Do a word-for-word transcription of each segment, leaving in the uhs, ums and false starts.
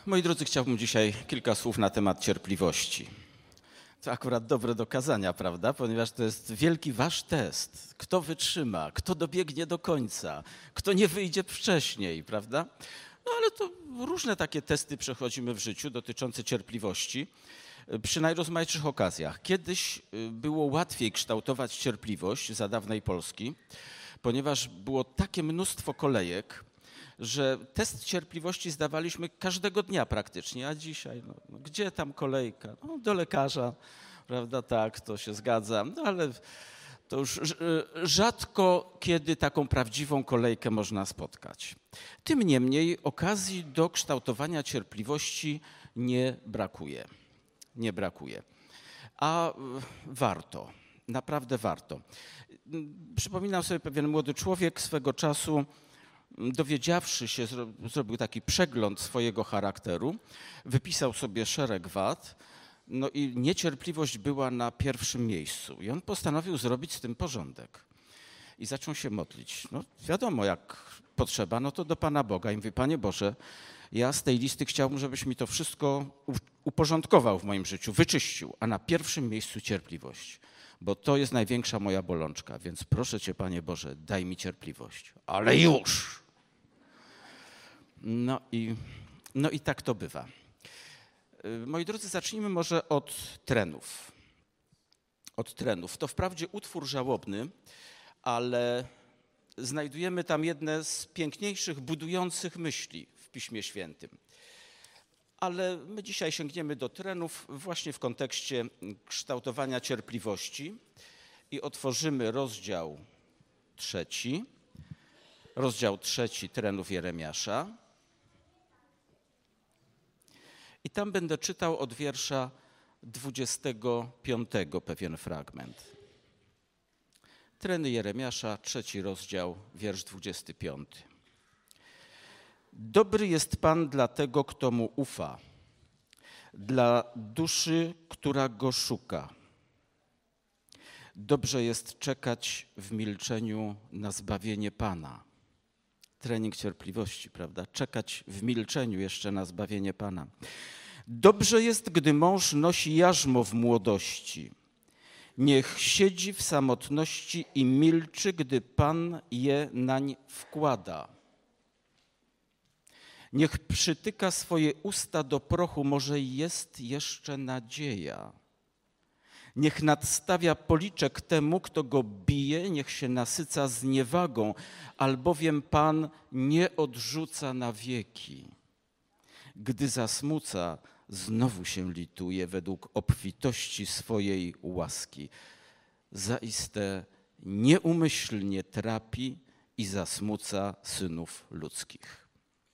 Moi drodzy, chciałbym dzisiaj kilka słów na temat cierpliwości. To akurat dobre do kazania, prawda? Ponieważ to jest wielki wasz test. Kto wytrzyma, kto dobiegnie do końca, kto nie wyjdzie wcześniej, prawda? No ale to różne takie testy przechodzimy w życiu dotyczące cierpliwości przy najrozmaitszych okazjach. Kiedyś było łatwiej kształtować cierpliwość za dawnej Polski, ponieważ było takie mnóstwo kolejek, że test cierpliwości zdawaliśmy każdego dnia praktycznie, a dzisiaj, no, no gdzie tam kolejka? No, do lekarza, prawda, tak, to się zgadza, no, ale to już rzadko kiedy taką prawdziwą kolejkę można spotkać. Tym niemniej okazji do kształtowania cierpliwości nie brakuje, nie brakuje, a warto, naprawdę warto. Przypominam sobie, pewien młody człowiek swego czasu, dowiedziawszy się, zrobił taki przegląd swojego charakteru, wypisał sobie szereg wad, no i niecierpliwość była na pierwszym miejscu. I on postanowił zrobić z tym porządek. I zaczął się modlić. No wiadomo, jak potrzeba, no to do Pana Boga. I mówi: Panie Boże, ja z tej listy chciałbym, żebyś mi to wszystko uporządkował w moim życiu, wyczyścił, a na pierwszym miejscu cierpliwość. Bo to jest największa moja bolączka, więc proszę Cię, Panie Boże, daj mi cierpliwość. Ale już! No i, no i tak to bywa. Moi drodzy, zacznijmy może od trenów. Od trenów. To wprawdzie utwór żałobny, ale znajdujemy tam jedne z piękniejszych, budujących myśli w Piśmie Świętym. Ale my dzisiaj sięgniemy do trenów właśnie w kontekście kształtowania cierpliwości i otworzymy rozdział trzeci, rozdział trzeci trenów Jeremiasza. I tam będę czytał od wiersza dwudziestego piątego pewien fragment. Treny Jeremiasza, trzeci rozdział, wiersz dwudziesty piąty. Dobry jest Pan dla tego, kto mu ufa, dla duszy, która go szuka. Dobrze jest czekać w milczeniu na zbawienie Pana. Trening cierpliwości, prawda? Czekać w milczeniu jeszcze na zbawienie Pana. Dobrze jest, gdy mąż nosi jarzmo w młodości. Niech siedzi w samotności i milczy, gdy Pan je nań wkłada. Niech przytyka swoje usta do prochu, może jest jeszcze nadzieja. Niech nadstawia policzek temu, kto go bije, niech się nasyca zniewagą, albowiem Pan nie odrzuca na wieki. Gdy zasmuca, znowu się lituje według obfitości swojej łaski. Zaiste nieumyślnie trapi i zasmuca synów ludzkich.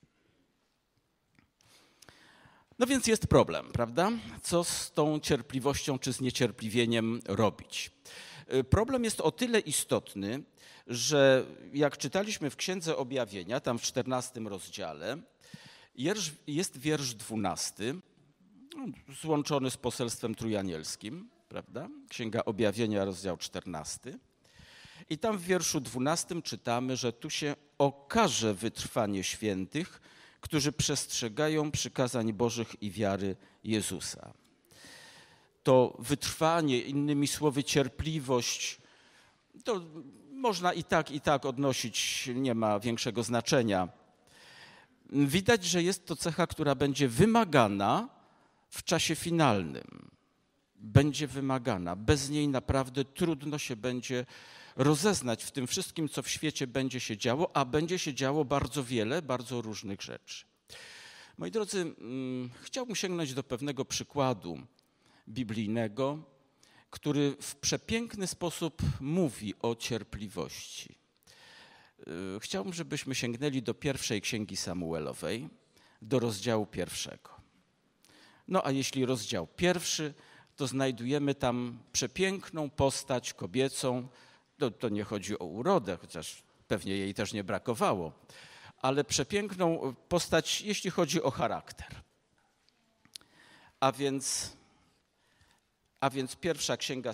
No więc jest problem, prawda? Co z tą cierpliwością czy z niecierpliwieniem robić? Problem jest o tyle istotny, że jak czytaliśmy w Księdze Objawienia, tam w czternastym rozdziale, jest wiersz dwunasty, złączony z poselstwem trójanielskim, prawda? Księga Objawienia, rozdział czternasty. I tam w wierszu dwunastym czytamy, że tu się okaże wytrwanie świętych, którzy przestrzegają przykazań Bożych i wiary Jezusa. To wytrwanie, innymi słowy cierpliwość, to można i tak, i tak odnosić, nie ma większego znaczenia. Widać, że jest to cecha, która będzie wymagana w czasie finalnym. Będzie wymagana. Bez niej naprawdę trudno się będzie rozeznać w tym wszystkim, co w świecie będzie się działo, a będzie się działo bardzo wiele, bardzo różnych rzeczy. Moi drodzy, chciałbym sięgnąć do pewnego przykładu biblijnego, który w przepiękny sposób mówi o cierpliwości. Chciałbym, żebyśmy sięgnęli do pierwszej księgi Samuelowej, do rozdziału pierwszego. No a jeśli rozdział pierwszy, to znajdujemy tam przepiękną postać kobiecą. To, to nie chodzi o urodę, chociaż pewnie jej też nie brakowało, ale przepiękną postać, jeśli chodzi o charakter. A więc, a więc pierwsza księga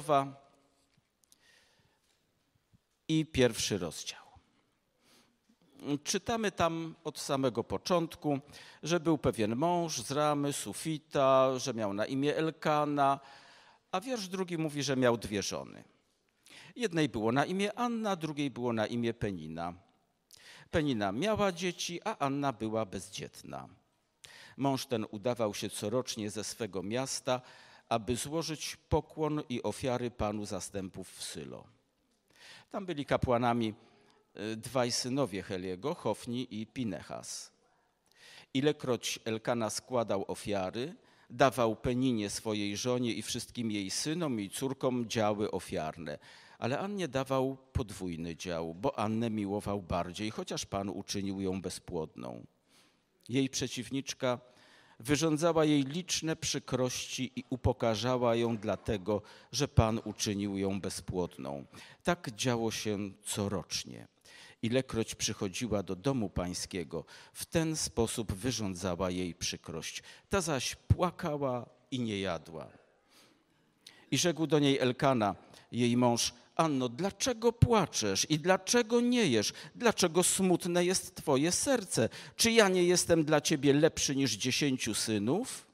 Samuelowa i pierwszy rozdział. czytamy tam od samego początku, że był pewien mąż z Ramy, Sufita, że miał na imię Elkana, a wiersz drugi mówi, że miał dwie żony. Jednej było na imię Anna, drugiej było na imię Penina. Penina miała dzieci, a Anna była bezdzietna. Mąż ten udawał się corocznie ze swego miasta, aby złożyć pokłon i ofiary Panu zastępów w Sylo. Tam byli kapłanami dwaj synowie Heliego, Hofni i Pinechas. Ilekroć Elkana składał ofiary, dawał Peninie swojej żonie i wszystkim jej synom i córkom działy ofiarne. Ale Annie dawał podwójny dział, bo Annę miłował bardziej, chociaż Pan uczynił ją bezpłodną. Jej przeciwniczka wyrządzała jej liczne przykrości i upokarzała ją dlatego, że Pan uczynił ją bezpłodną. Tak działo się corocznie. Ilekroć przychodziła do domu pańskiego, w ten sposób wyrządzała jej przykrość. Ta zaś płakała i nie jadła. I rzekł do niej Elkana, jej mąż: Anno, dlaczego płaczesz i dlaczego nie jesz? Dlaczego smutne jest twoje serce? Czy ja nie jestem dla ciebie lepszy niż dziesięciu synów?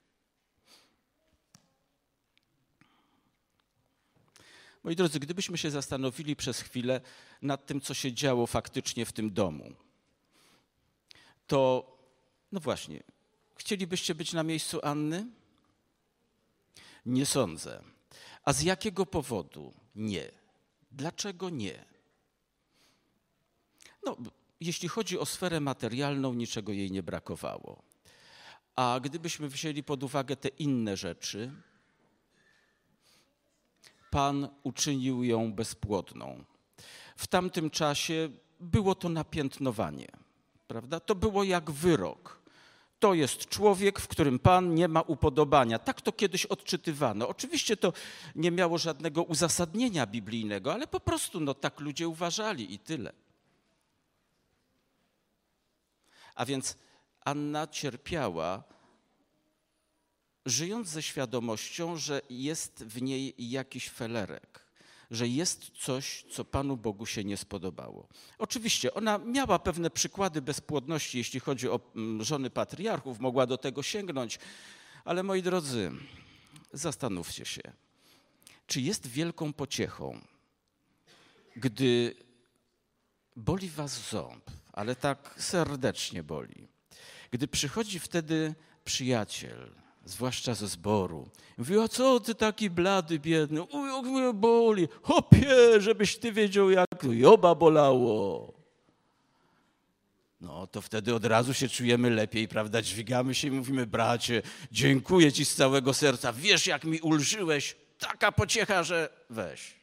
Moi drodzy, gdybyśmy się zastanowili przez chwilę nad tym, co się działo faktycznie w tym domu, to no właśnie, chcielibyście być na miejscu Anny? Nie sądzę. A z jakiego powodu nie? Dlaczego nie? No, jeśli chodzi o sferę materialną, niczego jej nie brakowało. A gdybyśmy wzięli pod uwagę te inne rzeczy, Pan uczynił ją bezpłodną. W tamtym czasie było to napiętnowanie, prawda? To było jak wyrok. To jest człowiek, w którym Pan nie ma upodobania. Tak to kiedyś odczytywano. Oczywiście to nie miało żadnego uzasadnienia biblijnego, ale po prostu no, tak ludzie uważali i tyle. A więc Anna cierpiała, żyjąc ze świadomością, że jest w niej jakiś felerek, że jest coś, co Panu Bogu się nie spodobało. Oczywiście ona miała pewne przykłady bezpłodności, jeśli chodzi o żony patriarchów, mogła do tego sięgnąć, ale moi drodzy, zastanówcie się, czy jest wielką pociechą, gdy boli was ząb, ale tak serdecznie boli, gdy przychodzi wtedy przyjaciel, zwłaszcza ze zboru. Mówi, a co ty taki blady, biedny? Uj, jak mnie boli. Hopie, żebyś ty wiedział, jak Joba bolało. No to wtedy od razu się czujemy lepiej, prawda? Dźwigamy się i mówimy, bracie, dziękuję ci z całego serca. Wiesz, jak mi ulżyłeś. Taka pociecha, że weź.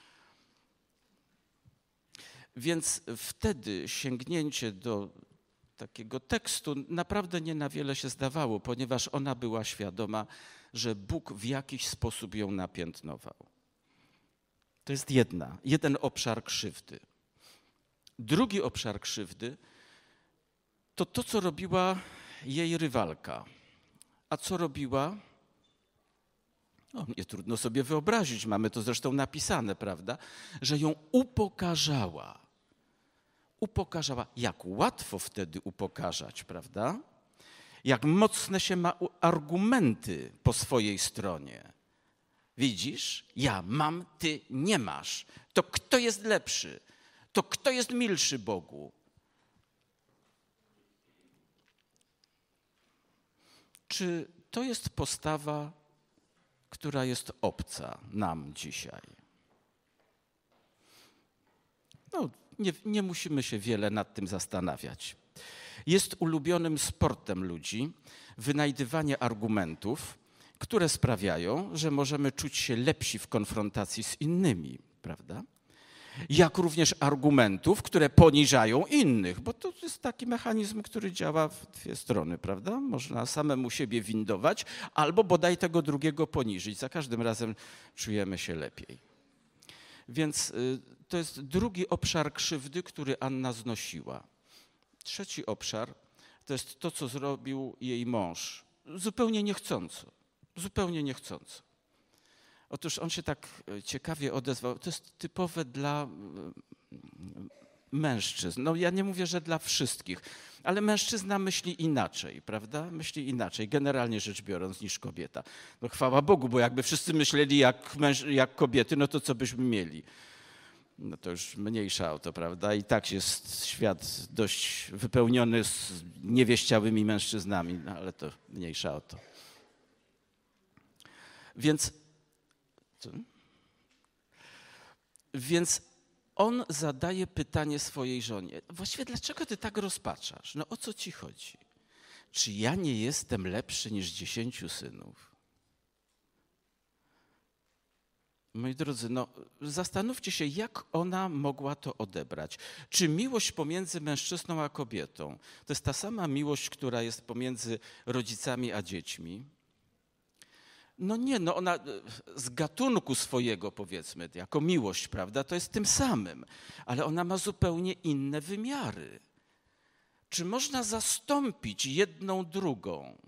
Więc wtedy sięgnięcie do takiego tekstu naprawdę nie na wiele się zdawało, ponieważ ona była świadoma, że Bóg w jakiś sposób ją napiętnował. To jest jedna, jeden obszar krzywdy. Drugi obszar krzywdy to to, co robiła jej rywalka. A co robiła? No, nie trudno sobie wyobrazić, mamy to zresztą napisane, prawda? Że ją upokarzała. Upokarzała. Jak łatwo wtedy upokarzać, prawda? Jak mocne się ma argumenty po swojej stronie. Widzisz? Ja mam, ty nie masz. To kto jest lepszy? To kto jest milszy Bogu? Czy to jest postawa, która jest obca nam dzisiaj? No, nie, nie musimy się wiele nad tym zastanawiać. Jest ulubionym sportem ludzi wynajdywanie argumentów, które sprawiają, że możemy czuć się lepsi w konfrontacji z innymi, prawda? Jak również argumentów, które poniżają innych, bo to jest taki mechanizm, który działa w dwie strony, prawda? Można samemu siebie windować albo bodaj tego drugiego poniżyć. Za każdym razem czujemy się lepiej. Więc to jest drugi obszar krzywdy, który Anna znosiła. Trzeci obszar to jest to, co zrobił jej mąż. Zupełnie niechcąco. Zupełnie niechcąco. Otóż on się tak ciekawie odezwał. To jest typowe dla mężczyzn. No ja nie mówię, że dla wszystkich, ale mężczyzna myśli inaczej, prawda? Myśli inaczej, generalnie rzecz biorąc, niż kobieta. No chwała Bogu, bo jakby wszyscy myśleli jak, męż, jak kobiety, no to co byśmy mieli? No to już mniejsza o to, prawda? I tak jest świat dość wypełniony z niewieściałymi mężczyznami, no ale to mniejsza o to. Więc, co? Więc on zadaje pytanie swojej żonie. Właściwie dlaczego ty tak rozpaczasz? No o co ci chodzi? Czy ja nie jestem lepszy niż dziesięciu synów? Moi drodzy, no zastanówcie się, jak ona mogła to odebrać. Czy miłość pomiędzy mężczyzną a kobietą to jest ta sama miłość, która jest pomiędzy rodzicami a dziećmi? No nie, no ona z gatunku swojego, powiedzmy, jako miłość, prawda, to jest tym samym, ale ona ma zupełnie inne wymiary. Czy można zastąpić jedną drugą?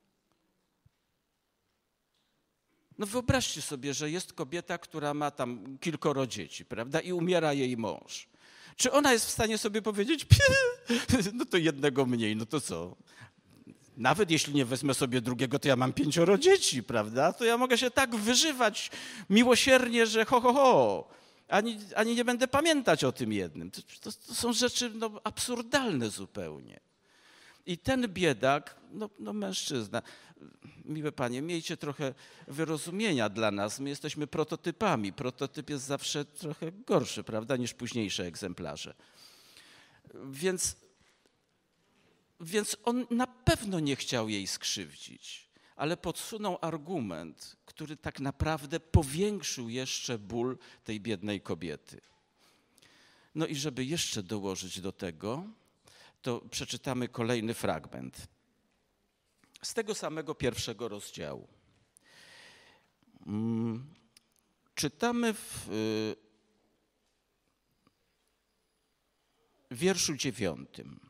No wyobraźcie sobie, że jest kobieta, która ma tam kilkoro dzieci, prawda, i umiera jej mąż. Czy ona jest w stanie sobie powiedzieć, no to jednego mniej, no to co? Nawet jeśli nie wezmę sobie drugiego, to ja mam pięcioro dzieci, prawda? To ja mogę się tak wyżywać miłosiernie, że ho, ho, ho. Ani, ani nie będę pamiętać o tym jednym. To, to, to są rzeczy no, absurdalne zupełnie. I ten biedak, no, no mężczyzna, miłe panie, miejcie trochę wyrozumienia dla nas. My jesteśmy prototypami. Prototyp jest zawsze trochę gorszy, prawda, niż późniejsze egzemplarze. Więc... Więc on na pewno nie chciał jej skrzywdzić, ale podsunął argument, który tak naprawdę powiększył jeszcze ból tej biednej kobiety. No i żeby jeszcze dołożyć do tego, to przeczytamy kolejny fragment z tego samego pierwszego rozdziału. Czytamy w wierszu dziewiątym.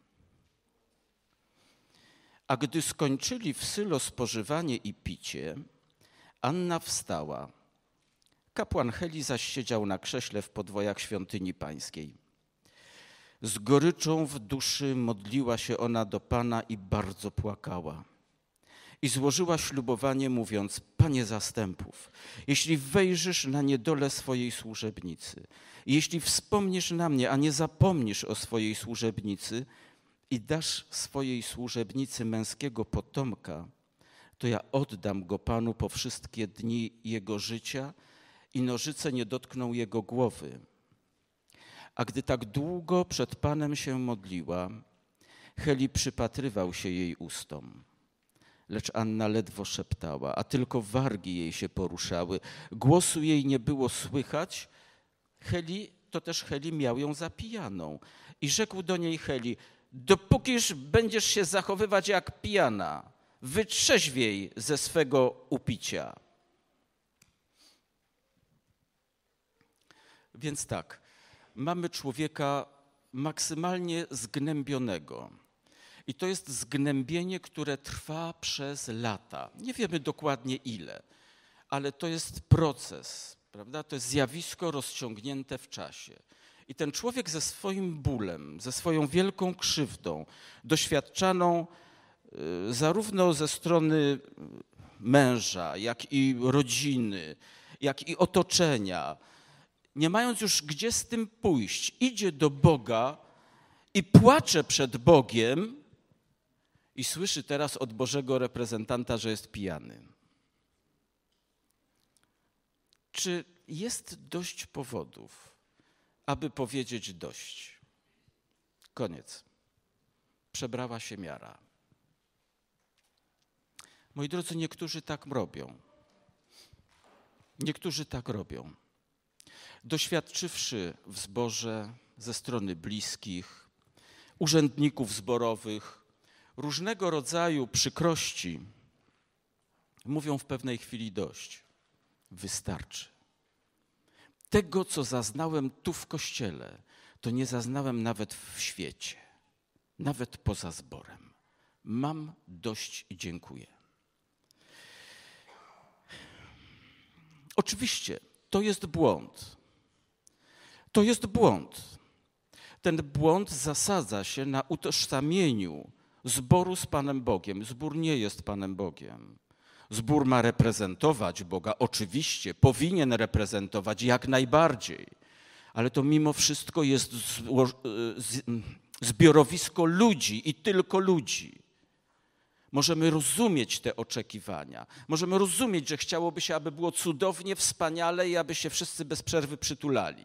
A gdy skończyli w Sylo spożywanie i picie, Anna wstała. Kapłan Heli zaś siedział na krześle w podwojach świątyni pańskiej. Z goryczą w duszy modliła się ona do Pana i bardzo płakała. I złożyła ślubowanie, mówiąc: Panie zastępów, jeśli wejrzysz na niedolę swojej służebnicy, jeśli wspomnisz na mnie, a nie zapomnisz o swojej służebnicy, i dasz swojej służebnicy męskiego potomka, to ja oddam go Panu po wszystkie dni jego życia i nożyce nie dotkną jego głowy. A gdy tak długo przed Panem się modliła, Heli przypatrywał się jej ustom. Lecz Anna ledwo szeptała, a tylko wargi jej się poruszały. Głosu jej nie było słychać. Heli, to też Heli miał ją za pijaną. I rzekł do niej Heli: dopókiż będziesz się zachowywać jak pijana, wytrzeźwiej ze swego upicia. Więc tak, mamy człowieka maksymalnie zgnębionego. I to jest zgnębienie, które trwa przez lata. Nie wiemy dokładnie ile, ale to jest proces, prawda? To jest zjawisko rozciągnięte w czasie. I ten człowiek ze swoim bólem, ze swoją wielką krzywdą, doświadczaną zarówno ze strony męża, jak i rodziny, jak i otoczenia, nie mając już gdzie z tym pójść, idzie do Boga i płacze przed Bogiem i słyszy teraz od Bożego reprezentanta, że jest pijany. Czy jest dość powodów, aby powiedzieć dość? Koniec. Przebrała się miara. Moi drodzy, niektórzy tak robią. Niektórzy tak robią. Doświadczywszy w zborze ze strony bliskich, urzędników zborowych, różnego rodzaju przykrości, mówią w pewnej chwili dość. Wystarczy. Tego, co zaznałem tu w kościele, to nie zaznałem nawet w świecie, nawet poza zborem. Mam dość i dziękuję. Oczywiście, to jest błąd. To jest błąd. Ten błąd zasadza się na utożsamieniu zboru z Panem Bogiem. Zbór nie jest Panem Bogiem. Zbór ma reprezentować Boga, oczywiście, powinien reprezentować jak najbardziej, ale to mimo wszystko jest zbiorowisko ludzi i tylko ludzi. Możemy rozumieć te oczekiwania, możemy rozumieć, że chciałoby się, aby było cudownie, wspaniale i aby się wszyscy bez przerwy przytulali.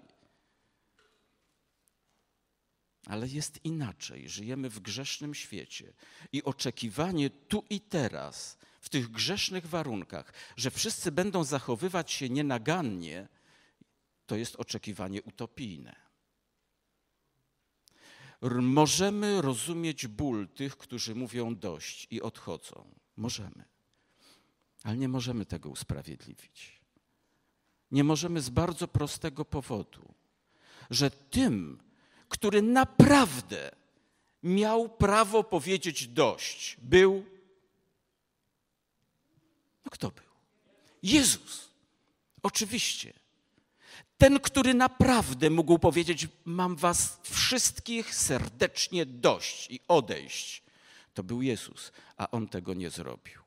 Ale jest inaczej. Żyjemy w grzesznym świecie i oczekiwanie tu i teraz, w tych grzesznych warunkach, że wszyscy będą zachowywać się nienagannie, to jest oczekiwanie utopijne. Możemy rozumieć ból tych, którzy mówią dość i odchodzą. Możemy. Ale nie możemy tego usprawiedliwić. Nie możemy z bardzo prostego powodu, że tym, który naprawdę miał prawo powiedzieć dość, był... No kto był? Jezus. Oczywiście. Ten, który naprawdę mógł powiedzieć, mam was wszystkich serdecznie dość i odejść, to był Jezus, a on tego nie zrobił.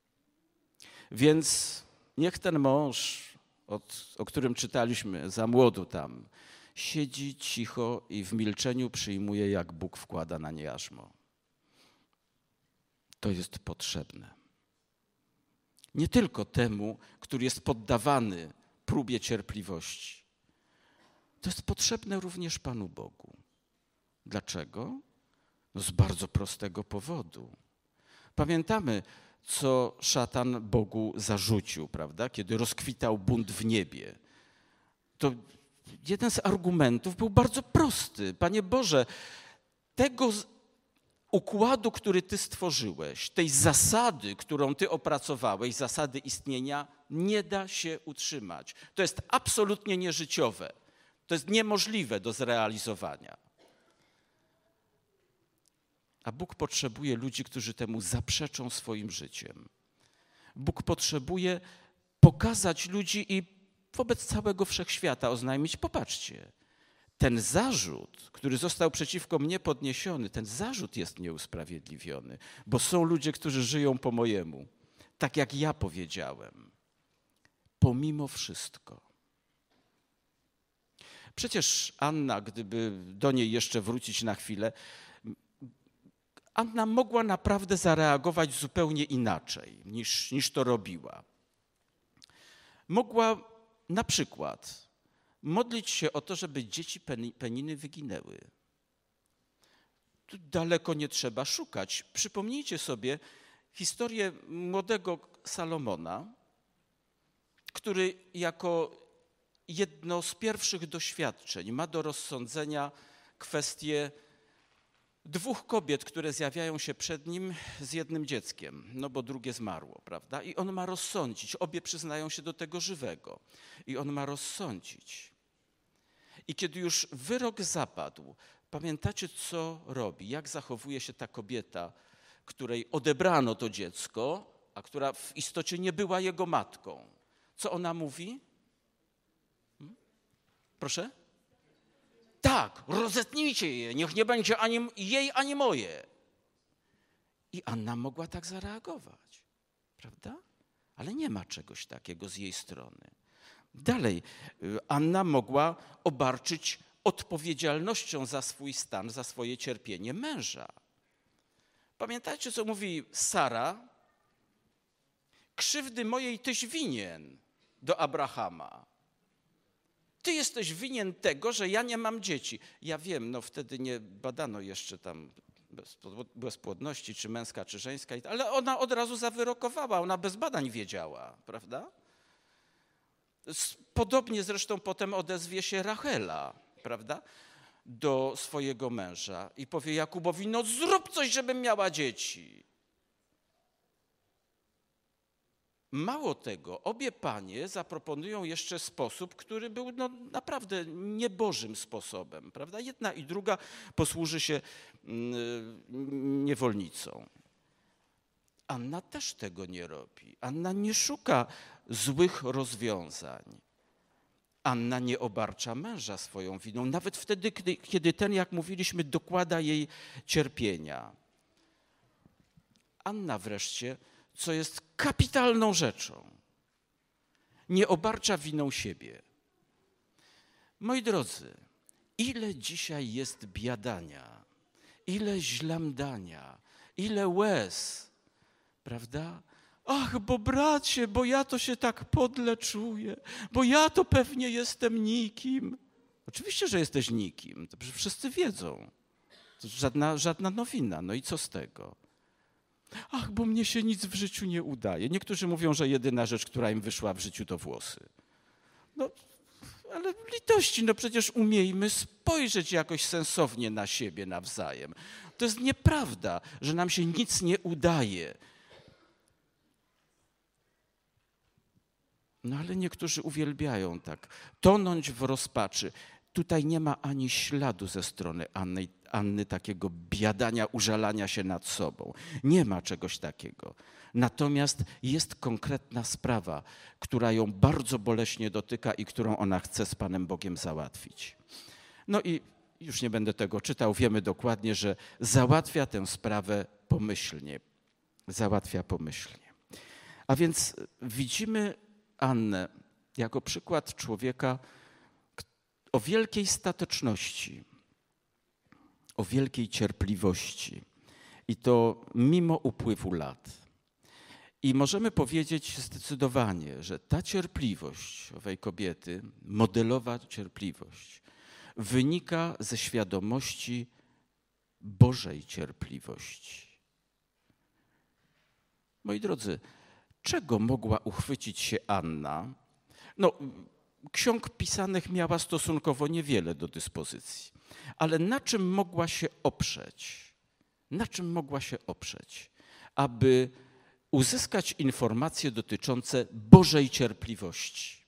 Więc niech ten mąż, od, o którym czytaliśmy za młodu tam, siedzi cicho i w milczeniu przyjmuje, jak Bóg wkłada na nie jarzmo. To jest potrzebne. Nie tylko temu, który jest poddawany próbie cierpliwości. To jest potrzebne również Panu Bogu. Dlaczego? No z bardzo prostego powodu. Pamiętamy, co szatan Bogu zarzucił, prawda? Kiedy rozkwitał bunt w niebie. To jeden z argumentów był bardzo prosty. Panie Boże, tego układu, który Ty stworzyłeś, tej zasady, którą Ty opracowałeś, zasady istnienia, nie da się utrzymać. To jest absolutnie nieżyciowe. To jest niemożliwe do zrealizowania. A Bóg potrzebuje ludzi, którzy temu zaprzeczą swoim życiem. Bóg potrzebuje pokazać ludzi i wobec całego wszechświata oznajmić, popatrzcie, ten zarzut, który został przeciwko mnie podniesiony, ten zarzut jest nieusprawiedliwiony, bo są ludzie, którzy żyją po mojemu, tak jak ja powiedziałem, pomimo wszystko. Przecież Anna, gdyby do niej jeszcze wrócić na chwilę, Anna mogła naprawdę zareagować zupełnie inaczej niż, niż to robiła. Mogła na przykład modlić się o to, żeby dzieci Peniny wyginęły. Tu daleko nie trzeba szukać. Przypomnijcie sobie historię młodego Salomona, który jako jedno z pierwszych doświadczeń ma do rozsądzenia kwestię dwóch kobiet, które zjawiają się przed nim z jednym dzieckiem, no bo drugie zmarło, prawda? I on ma rozsądzić, obie przyznają się do tego żywego i on ma rozsądzić. I kiedy już wyrok zapadł, pamiętacie, co robi, jak zachowuje się ta kobieta, której odebrano to dziecko, a która w istocie nie była jego matką. Co ona mówi? Hmm? Proszę? Tak, rozetnijcie je, niech nie będzie ani jej, ani moje. I Anna mogła tak zareagować, prawda? Ale nie ma czegoś takiego z jej strony. Dalej, Anna mogła obarczyć odpowiedzialnością za swój stan, za swoje cierpienie męża. Pamiętajcie, co mówi Sara? Krzywdy mojej tyś winien do Abrahama. Ty jesteś winien tego, że ja nie mam dzieci. Ja wiem, no wtedy nie badano jeszcze tam bezpłodności, czy męska, czy żeńska, ale ona od razu zawyrokowała, ona bez badań wiedziała, prawda? Podobnie zresztą potem odezwie się Rachela, prawda, do swojego męża i powie Jakubowi, no zrób coś, żebym miała dzieci. Mało tego, obie panie zaproponują jeszcze sposób, który był no, naprawdę niebożym sposobem, prawda? Jedna i druga posłuży się niewolnicą. Anna też tego nie robi. Anna nie szuka złych rozwiązań. Anna nie obarcza męża swoją winą, nawet wtedy, kiedy, kiedy ten, jak mówiliśmy, dokłada jej cierpienia. Anna wreszcie, co jest kapitalną rzeczą, nie obarcza winą siebie. Moi drodzy, ile dzisiaj jest biadania, ile źlemdania, ile łez, prawda? Ach, bo bracie, bo ja to się tak podle czuję, bo ja to pewnie jestem nikim. Oczywiście, że jesteś nikim, to wszyscy wiedzą. To żadna, żadna nowina, no i co z tego? Ach, bo mnie się nic w życiu nie udaje. Niektórzy mówią, że jedyna rzecz, która im wyszła w życiu, to włosy. No, ale litości, no przecież umiejmy spojrzeć jakoś sensownie na siebie nawzajem. To jest nieprawda, że nam się nic nie udaje. No ale niektórzy uwielbiają tak tonąć w rozpaczy. Tutaj nie ma ani śladu ze strony Anny, Anny takiego biadania, użalania się nad sobą. Nie ma czegoś takiego. Natomiast jest konkretna sprawa, która ją bardzo boleśnie dotyka i którą ona chce z Panem Bogiem załatwić. No i już nie będę tego czytał, wiemy dokładnie, że załatwia tę sprawę pomyślnie. Załatwia pomyślnie. A więc widzimy Annę jako przykład człowieka o wielkiej stateczności, o wielkiej cierpliwości i to mimo upływu lat. I możemy powiedzieć zdecydowanie, że ta cierpliwość owej kobiety, modelowa cierpliwość, wynika ze świadomości Bożej cierpliwości. Moi drodzy, czego mogła uchwycić się Anna? No, ksiąg pisanych miała stosunkowo niewiele do dyspozycji, ale na czym mogła się oprzeć? Na czym mogła się oprzeć, aby uzyskać informacje dotyczące Bożej cierpliwości?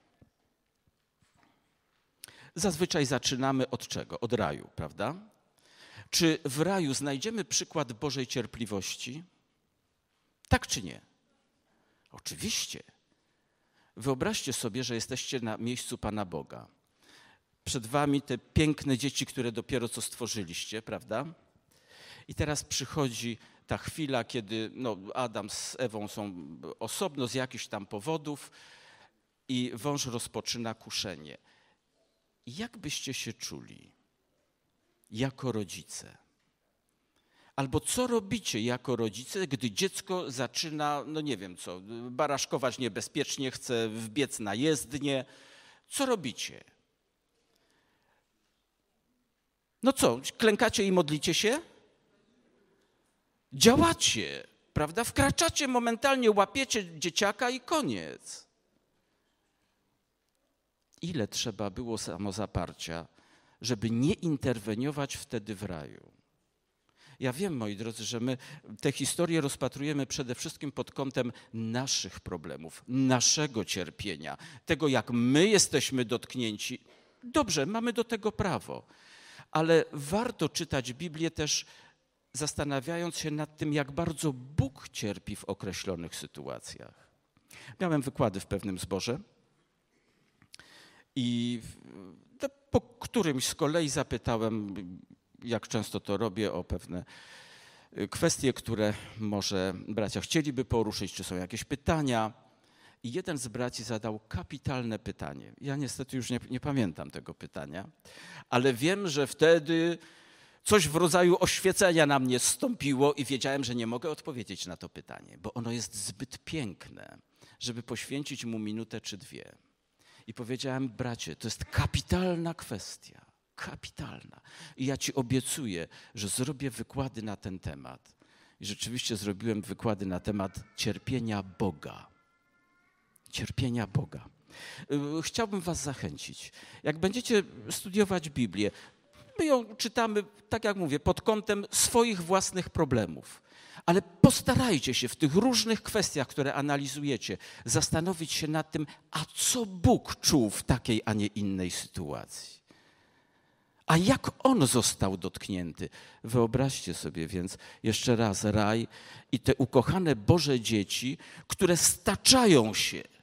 Zazwyczaj zaczynamy od czego? Od raju, prawda? Czy w raju znajdziemy przykład Bożej cierpliwości? Tak czy nie? Oczywiście. Wyobraźcie sobie, że jesteście na miejscu Pana Boga. Przed wami te piękne dzieci, które dopiero co stworzyliście, prawda? I teraz przychodzi ta chwila, kiedy no, Adam z Ewą są osobno z jakichś tam powodów i wąż rozpoczyna kuszenie. Jak byście się czuli jako rodzice? Albo co robicie jako rodzice, gdy dziecko zaczyna, no nie wiem co, baraszkować niebezpiecznie, chce wbiec na jezdnię? Co robicie? No co, klękacie i modlicie się? Działacie, prawda? Wkraczacie momentalnie, łapiecie dzieciaka i koniec. Ile trzeba było samozaparcia, żeby nie interweniować wtedy w raju? Ja wiem, moi drodzy, że my tę historię rozpatrujemy przede wszystkim pod kątem naszych problemów, naszego cierpienia, tego jak my jesteśmy dotknięci. Dobrze, mamy do tego prawo, ale warto czytać Biblię też zastanawiając się nad tym, jak bardzo Bóg cierpi w określonych sytuacjach. Miałem wykłady w pewnym zborze i po którymś z kolei zapytałem, jak często to robię, o pewne kwestie, które może bracia chcieliby poruszyć, czy są jakieś pytania. I jeden z braci zadał kapitalne pytanie. Ja niestety już nie, nie pamiętam tego pytania, ale wiem, że wtedy coś w rodzaju oświecenia na mnie zstąpiło i wiedziałem, że nie mogę odpowiedzieć na to pytanie, bo ono jest zbyt piękne, żeby poświęcić mu minutę czy dwie. I powiedziałem, bracie, to jest kapitalna kwestia, kapitalna. I ja ci obiecuję, że zrobię wykłady na ten temat. I rzeczywiście zrobiłem wykłady na temat cierpienia Boga. Cierpienia Boga. Chciałbym was zachęcić. Jak będziecie studiować Biblię, my ją czytamy, tak jak mówię, pod kątem swoich własnych problemów. Ale postarajcie się w tych różnych kwestiach, które analizujecie, zastanowić się nad tym, a co Bóg czuł w takiej, a nie innej sytuacji. A jak On został dotknięty? Wyobraźcie sobie więc jeszcze raz raj i te ukochane Boże dzieci, które staczają się,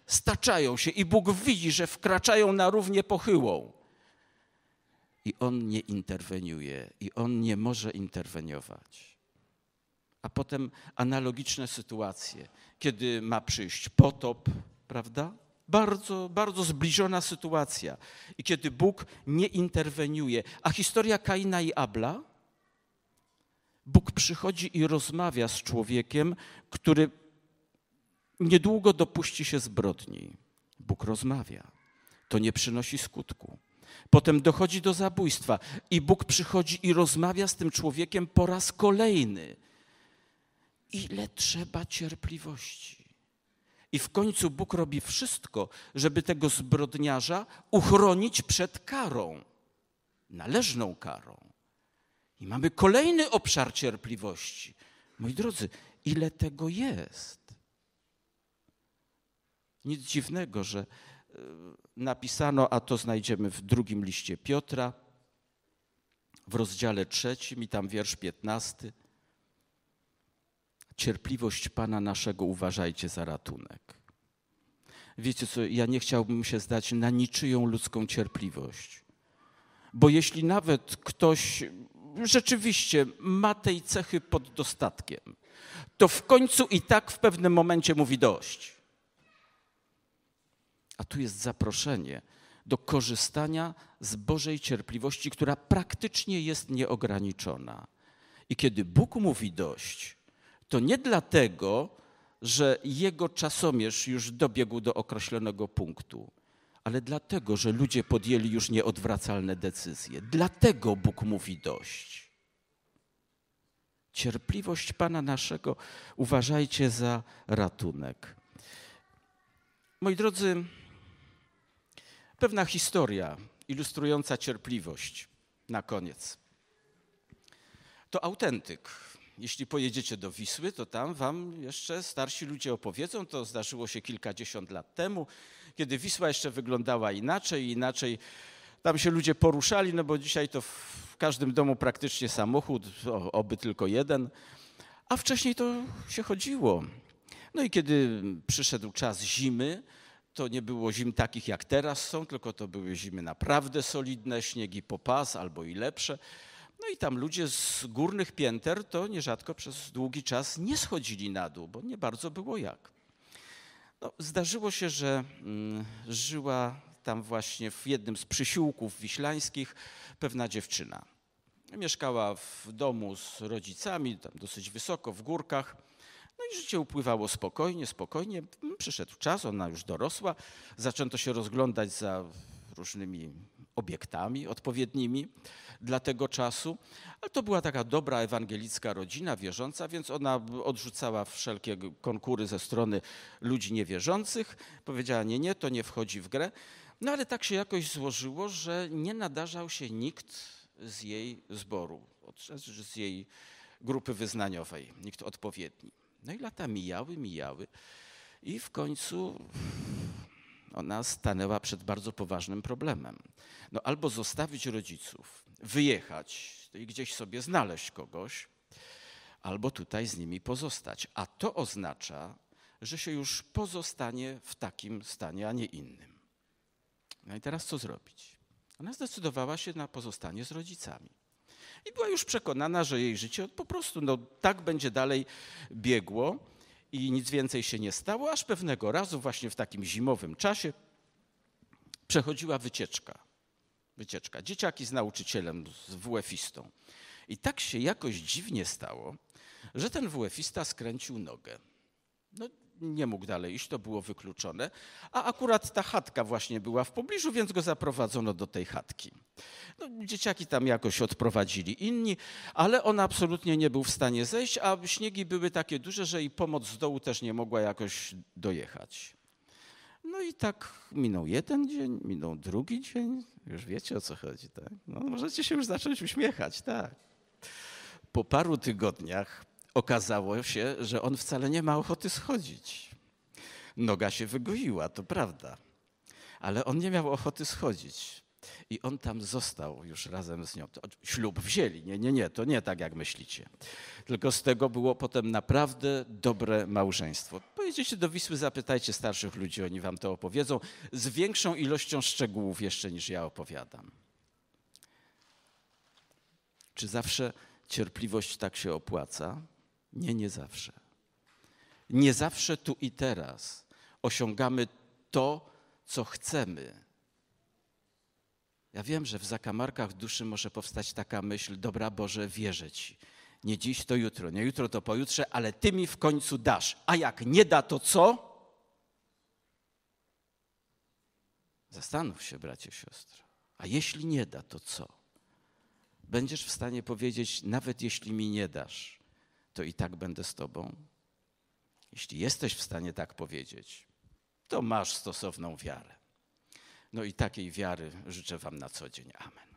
staczają się i Bóg widzi, że wkraczają na równię pochyłą. I On nie interweniuje i On nie może interweniować. A potem analogiczne sytuacje, kiedy ma przyjść potop, prawda? Bardzo, bardzo zbliżona sytuacja. I kiedy Bóg nie interweniuje. A historia Kaina i Abla? Bóg przychodzi i rozmawia z człowiekiem, który niedługo dopuści się zbrodni. Bóg rozmawia. To nie przynosi skutku. Potem dochodzi do zabójstwa i Bóg przychodzi i rozmawia z tym człowiekiem po raz kolejny. Ile trzeba cierpliwości. I w końcu Bóg robi wszystko, żeby tego zbrodniarza uchronić przed karą, należną karą. I mamy kolejny obszar cierpliwości. Moi drodzy, ile tego jest? Nic dziwnego, że napisano, a to znajdziemy w drugim liście Piotra, w rozdziale trzecim i tam wiersz piętnasty. Cierpliwość Pana naszego uważajcie za ratunek. Wiecie co, ja nie chciałbym się zdać na niczyją ludzką cierpliwość. Bo jeśli nawet ktoś rzeczywiście ma tej cechy pod dostatkiem, to w końcu i tak w pewnym momencie mówi dość. A tu jest zaproszenie do korzystania z Bożej cierpliwości, która praktycznie jest nieograniczona. I kiedy Bóg mówi dość, to nie dlatego, że Jego czasomierz już dobiegł do określonego punktu, ale dlatego, że ludzie podjęli już nieodwracalne decyzje. Dlatego Bóg mówi dość. Cierpliwość Pana naszego uważajcie za ratunek. Moi drodzy, pewna historia ilustrująca cierpliwość na koniec. To autentyk. Jeśli pojedziecie do Wisły, to tam wam jeszcze starsi ludzie opowiedzą. To zdarzyło się kilkadziesiąt lat temu, kiedy Wisła jeszcze wyglądała inaczej, inaczej tam się ludzie poruszali, no bo dzisiaj to w każdym domu praktycznie samochód, oby tylko jeden, a wcześniej to się chodziło. No i kiedy przyszedł czas zimy, to nie było zim takich jak teraz są, tylko to były zimy naprawdę solidne, śniegi po pas albo i lepsze. No i tam ludzie z górnych pięter to nierzadko przez długi czas nie schodzili na dół, bo nie bardzo było jak. No, zdarzyło się, że mm, żyła tam właśnie w jednym z przysiłków wiślańskich pewna dziewczyna. Mieszkała w domu z rodzicami, tam dosyć wysoko w górkach. No i życie upływało spokojnie, spokojnie. Przyszedł czas, ona już dorosła. Zaczęto się rozglądać za różnymi obiektami odpowiednimi dla tego czasu. Ale to była taka dobra ewangelicka rodzina, wierząca, więc ona odrzucała wszelkie konkury ze strony ludzi niewierzących. Powiedziała, nie, nie, to nie wchodzi w grę. No ale tak się jakoś złożyło, że nie nadarzał się nikt z jej zboru, z jej grupy wyznaniowej, nikt odpowiedni. No i lata mijały, mijały i w końcu ona stanęła przed bardzo poważnym problemem. No albo zostawić rodziców, wyjechać i gdzieś sobie znaleźć kogoś, albo tutaj z nimi pozostać. A to oznacza, że się już pozostanie w takim stanie, a nie innym. No i teraz co zrobić? Ona zdecydowała się na pozostanie z rodzicami. I była już przekonana, że jej życie po prostu no, tak będzie dalej biegło i nic więcej się nie stało, aż pewnego razu właśnie w takim zimowym czasie przechodziła wycieczka. Wycieczka. Dzieciaki z nauczycielem, z wuefistą. I tak się jakoś dziwnie stało, że ten wuefista skręcił nogę. No, nie mógł dalej iść, to było wykluczone, a akurat ta chatka właśnie była w pobliżu, więc go zaprowadzono do tej chatki. No, dzieciaki tam jakoś odprowadzili inni, ale on absolutnie nie był w stanie zejść, a śniegi były takie duże, że i pomoc z dołu też nie mogła jakoś dojechać. No i tak minął jeden dzień, minął drugi dzień, już wiecie o co chodzi, tak? No, możecie się już zacząć uśmiechać, tak. Po paru tygodniach okazało się, że on wcale nie ma ochoty schodzić. Noga się wygoiła, to prawda, ale on nie miał ochoty schodzić. I on tam został już razem z nią. To ślub wzięli. Nie, nie, nie, to nie tak jak myślicie. Tylko z tego było potem naprawdę dobre małżeństwo. Pojedziecie do Wisły, zapytajcie starszych ludzi, oni wam to opowiedzą z większą ilością szczegółów jeszcze niż ja opowiadam. Czy zawsze cierpliwość tak się opłaca? Nie, nie zawsze. Nie zawsze tu i teraz osiągamy to, co chcemy. Ja wiem, że w zakamarkach duszy może powstać taka myśl, dobra Boże, wierzę Ci. Nie dziś, to jutro, nie jutro, to pojutrze, ale Ty mi w końcu dasz. A jak nie da, to co? Zastanów się, bracie, siostro. A jeśli nie da, to co? Będziesz w stanie powiedzieć, nawet jeśli mi nie dasz, to i tak będę z Tobą? Jeśli jesteś w stanie tak powiedzieć, to masz stosowną wiarę. No i takiej wiary życzę wam na co dzień. Amen.